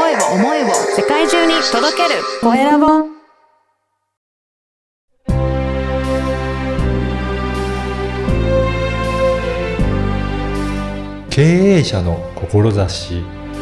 声を世界中に届けるコエラボ。 経営者の志。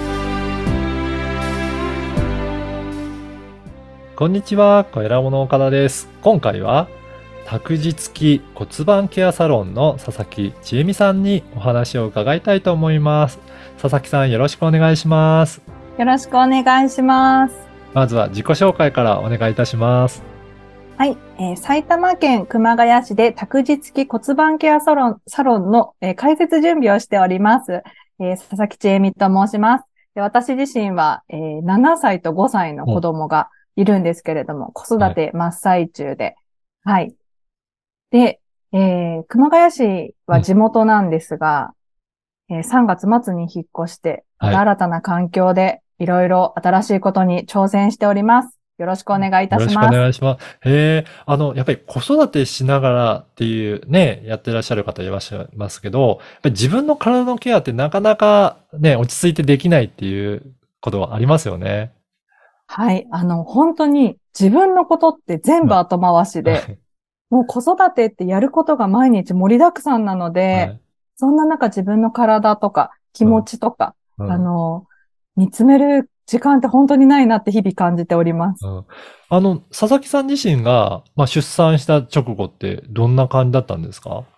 こんにちは、コエラボの岡田です。今回は託児付き骨盤ケアサロンの佐々木千恵美さんにお話を伺いたいと思います。佐々木さん、よろしくお願いします。 よろしくお願いします。 まずは自己紹介からお願いいたします。 はい、埼玉県熊谷市で託児付き骨盤ケアサロンの、開設準備をしております。佐々木千恵美と申します。私自身は、7歳と5歳の子供がいるんですけれども、子育て真っ最中で、はい。で、熊谷市は地元なんですが、3月末に引っ越して、また新たな環境でいろいろ新しいことに挑戦しております。よろしくお願いいたします。 よろしくお願いします。やっぱり子育てしながらっていうね、やってらっしゃる方いらっしゃいますけど、やっぱり自分の体のケアってなかなかね、落ち着いてできないっていうことはありますよね。 はい。本当に自分のことって全部後回しで、もう子育てってやることが毎日盛りだくさんなので、そんな中自分の体とか気持ちとか、見つめる時間って本当にないなって日々感じております。 佐々木さん自身が、出産した直後ってどんな感じだったんですか？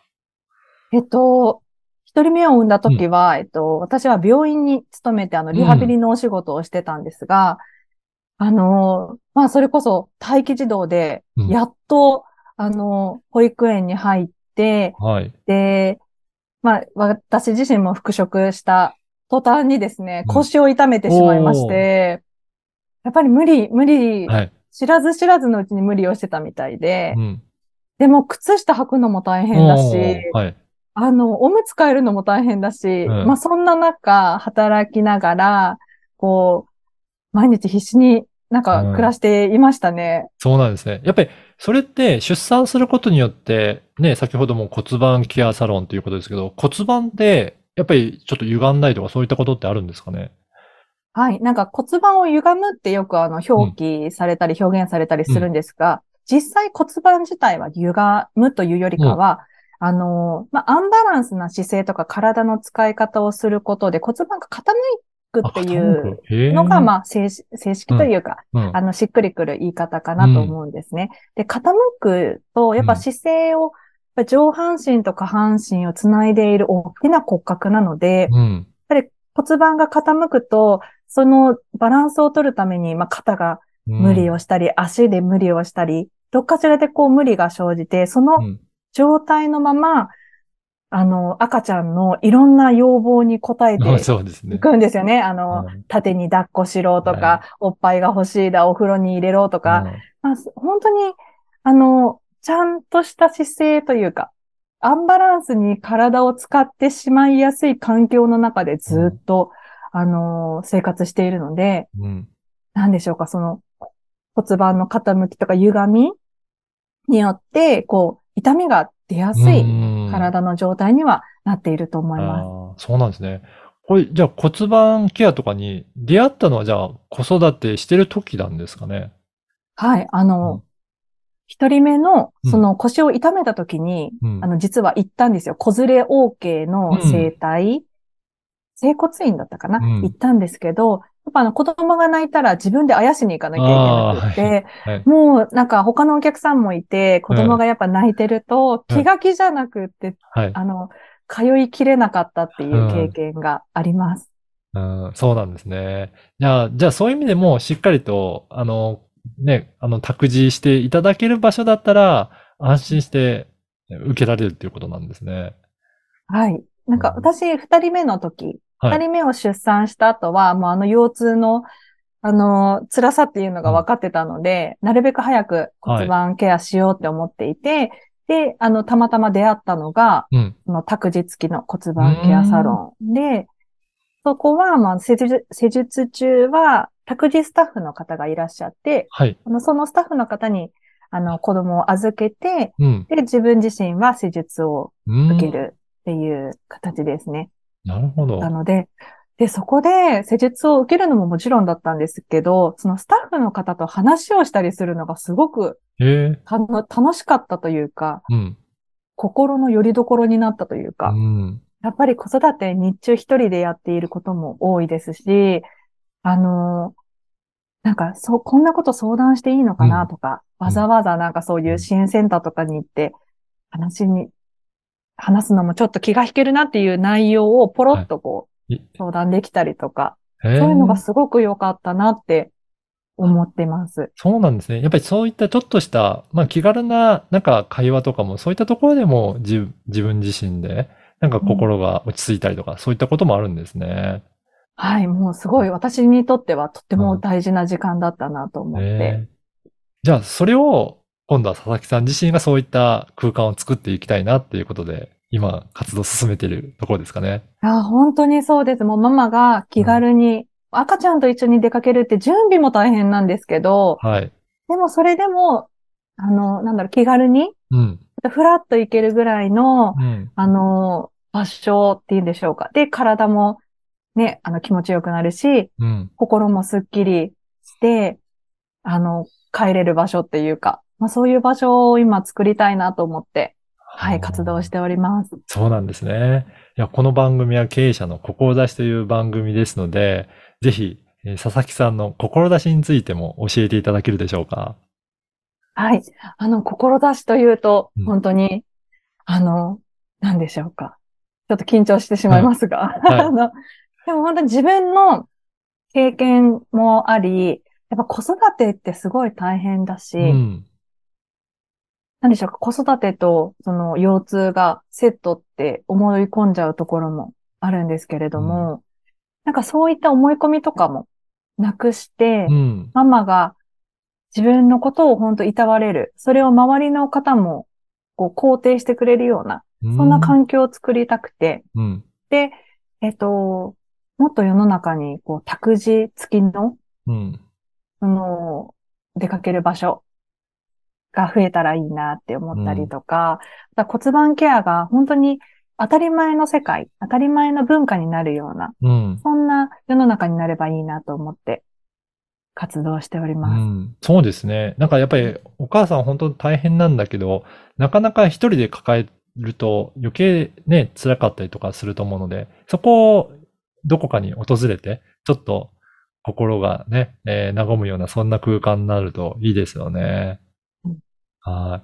一人目を産んだ時は、私は病院に勤めてリハビリのお仕事をしてたんですが、それこそ待機児童で、やっと、保育園に入って、で、私自身も復職した途端にですね、腰を痛めてしまいまして、やっぱり無理、知らず知らずのうちに無理をしてたみたいで、でも靴下履くのも大変だし、おむつ替えるのも大変だし、そんな中、働きながら、毎日必死に暮らしていましたね。 そうなんですね。やっぱり、それって出産することによって、ね、先ほども骨盤ケアサロンということですけど、骨盤って、やっぱりちょっと歪んだりとかそういったことってあるんですかね？ はい。骨盤を歪むってよく表記されたり表現されたりするんですが、実際骨盤自体は歪むというよりかは、アンバランスな姿勢とか体の使い方をすることで骨盤が傾くっていうのが、正式というか、しっくりくる言い方かなと思うんですね。で、傾くと、やっぱ姿勢を、上半身と下半身をつないでいる大きな骨格なので、やっぱり骨盤が傾くと、そのバランスを取るために、肩が無理をしたり、足で無理をしたり、どっかしらで無理が生じて、その状態のまま、赤ちゃんのいろんな要望に応えていくんですよね。縦に抱っこしろとか、おっぱいが欲しいだ、お風呂に入れろとか、本当に、ちゃんとした姿勢というか、アンバランスに体を使ってしまいやすい環境の中でずっと、生活しているので、なんでしょうか、その骨盤の傾きとか歪みによって、痛みが出やすい体の状態にはなっていると思います。 そうなんですね。これ、じゃあ骨盤ケアとかに出会ったのは、じゃあ子育てしてる時なんですかね？ はい、一人目の、その腰を痛めた時に、実は行ったんですよ。子連れ OK の整骨院だったかな、行ったんですけど、やっぱ子供が泣いたら自分であやしに行かなきゃいけなくて、もう他のお客さんもいて、子供がやっぱ泣いてると、気が気じゃなくって、通いきれなかったっていう経験があります。 そうなんですね。じゃあそういう意味でもしっかりと、託児していただける場所だったら、安心して受けられるっていうことなんですね。 はい。私、二人目の時、二人目を出産した後は、もう腰痛の、辛さっていうのが分かってたので、なるべく早く骨盤ケアしようって思っていて、で、たまたま出会ったのが、その託児付きの骨盤ケアサロンで、そこは、施術中は、託児スタッフの方がいらっしゃって、そのスタッフの方に、子供を預けて、で、自分自身は施術を受けるっていう形ですね。 なるほど。 なので、 で、そこで施術を受けるのももちろんだったんですけど、そのスタッフの方と話をしたりするのがすごくええ、 楽しかったというか、 うん、 心の拠り所になったといううか、 ん、 やっぱり子育て日中一人でやっていることも多いですし、あの、なんか、こんなこと相談していいのかなうん、 とか、わざうん、 わざなんかそううん。 いう支援センターとかに行って話すのもちょっと気が引けるなっていう内容をポロはッとこい。 う相談できたりとか、 へそういうのがえ。 すごく良かったなって思ってます。 そうなんですね。やっぱりそういったちょっとした、まあ気軽な、なんか会話とかも、そういったところでも自分自身で、なんかうん、 心が落ち着いたりとか、そういったこともあるんですね。 はい、もうすごい私にとってはとってもうん。 大事な時間だったなと思って。 ええ。じゃあ、それを、今度は佐々木さん自身がそういった空間を作っていきたいなっていうことで、今、活動を進めているところですかね。 本当にそうです。もうママが気うん。 軽に赤ちゃんと一緒に出かけるって準備も大変なんですけど、 はい。 でもそれでも、気軽に、 うん。 ふらっと行けるぐらいの、 うん。 場所っていうんでしょうか。で、体もね、気持ちよくなるし、 うん。 心もすっきりして、帰れる場所っていうか、まあそういう場所を今作りたいなと思って、はい、活動しはあ。 ております。 そうなんですね。いや、この番組は経営者の志という番組ですので、ぜひ、佐々木さんの志についても教えていただけるでしょうか。 はい。志というと、 うん。 本当に、あの、何でしょうか。ちょっと緊張してしまいうん。 ますが、 はい。 でも本当に自分の経験もあり、やっぱ子育てってすごい大変だし、 うん。 何でしょうか、子育てとその腰痛がセットって思い込んじゃうところもあるんですけれうん。 ども、なんかそういった思い込みとかもなくして、 うん。 ママが自分のことを本当いたわれる、それを周りの方もこう肯定してくれるような、そんなうん。 環境を作りたくて、 うん。 で、もっと世の中にこう託児付きの、 うん。 その、出かける場所が増えたらいいなって思ったりうん。 とか、あと骨盤ケアが本当に当たり前の世界、当たり前の文化になるような、 うん。 そんな世の中になればいいなと思って活動しております。 うん。そうですね。なんかやっぱりお母さん本当大変なんだけど、なかなか一人で抱えると余計ね、辛かったりとかすると思うので、そこをどこかに訪れて、ちょっと心がね、和むようなそんな空間になるといいですよね。はい。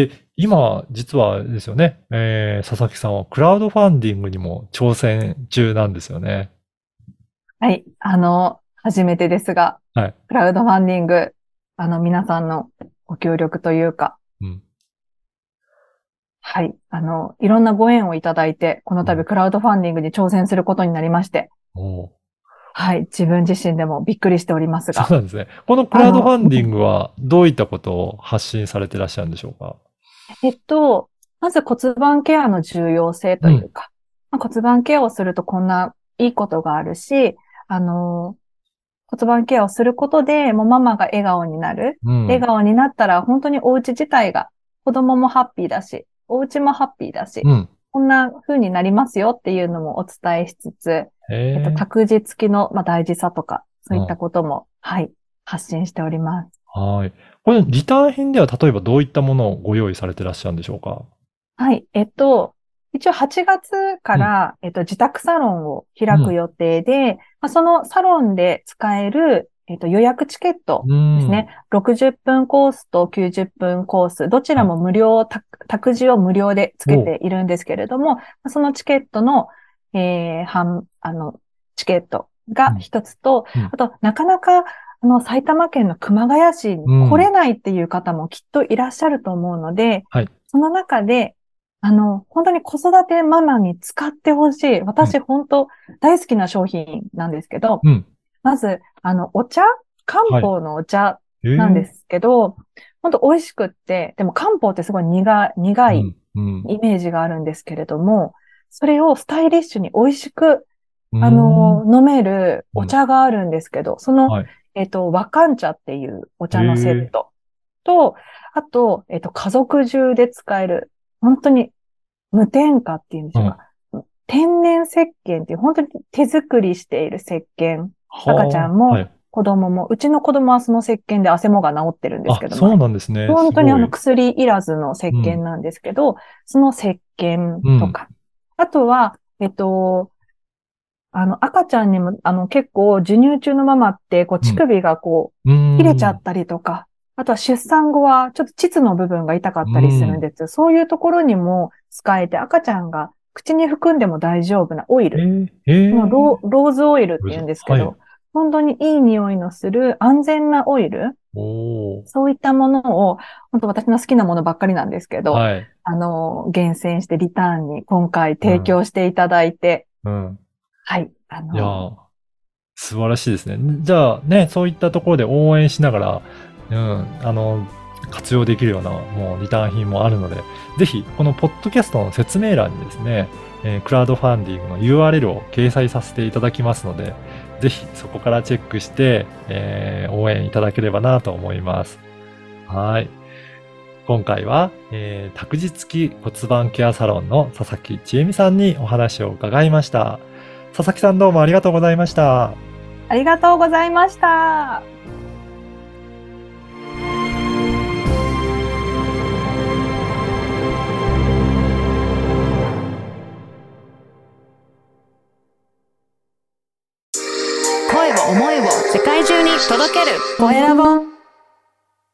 で、今、実はあれですよね、佐々木さんはクラウドファンディングにも挑戦中なんですよね。 はい。初めてですが、 はい。 クラウドファンディング、皆さんのご協力というか、 うん。 はい。いろんなご縁をいただいて、このうん。 度クラウドファンディングに挑戦することになりまして、 おー。 はい。自分自身でもびっくりしておりますが、 そうなんですね。このクラウドファンディングはどういったことを発信されていらっしゃるんでしょうか？ えっと、まず骨盤ケアの重要性とうん。 いうか、まあ、骨盤ケアをするとこんないいことがあるし、あの、骨盤ケアをすることで、もうママが笑顔になる。 うん。 笑顔になったら本当にお家自体が子供もハッピーだし、お家もハッピーだし、 うん。 こんな風になりますよっていうのもお伝えしつつ、 へえ。 託児付きの、まあ、大事さとか、そういったうん。 ことも、はい、発信しております。 はい。これ、リターン品では例えばどういったものをご用意されていらっしゃるんでしょうか？ はい。一応8月かうん。 ら、自宅サロンをうん。 開く予定で、まあ、そのサロンで使える、予約チケットうん。 ですね。60分コースと90分コース、どちらはい。 も無料、託児を無料でつけおう。 ているんですけれども、そのチケットの、チケットがうん。 一つと、 うん。 あと、なかなか、埼玉県の熊谷市に来れうん。 ないっていう方もきっといらっしゃると思うので、 はい。 その中で、本当に子育てママに使ってほしい。 うん。 私、本当大好きな商品なんですけど、 うん。 まず、お茶漢はい。 方のお茶ええ。 なんですけど、本当美味しくって、でも漢方ってすごい苦いうん。うん。 イメージがあるんですけれども、それをスタイリッシュに美味しく、 うーん。 飲めるおうん。 茶があるんですけど、その、 はい。 和漢茶っていうおへ茶のセッえ。 トと、あと、家族中で使える、本当に無添加っていうんでうん。 しょうか。 天然石鹸っていう本当に手作りしている石鹸。 はあ赤ちゃんもはい。 子供も、うちの子供はその石鹸で汗もが治ってるんですあ、 けども、 そうなんですね。 本当にすごい。 薬いらずの石鹸なんですけど、その石鹸とか。あとは、赤ちゃんにも、結構、授乳中のママって、乳首が切れちゃったりとか、あとは出産後は、ちょっと膣の部分が痛かったりするんです。そういうところにも使えて、赤ちゃんが口に含んでも大丈夫なオイル。ローズオイルって言うんですけど、本当にいい匂いのする安全なオイル。そういったものを、本当私の好きなものばっかりなんですけど、厳選してリターンに今回提供していただいて、はい。 いや素晴らしいですね。じゃあね、そういったところで応援しながら、活用できるようなもうリターン品もあるので、ぜひこのポッドキャストの説明欄にですね、クラウドファンディングの URL を掲載させていただきますので、ぜひそこからチェックして、応援いただければなと思います。はい。今回は、託児付き骨盤ケアサロンの佐々木千恵美さんにお話を伺いました。佐々木さんどうもありがとうございました。 ありがとうございました。 声を思いを世界中に届けるコエラボ。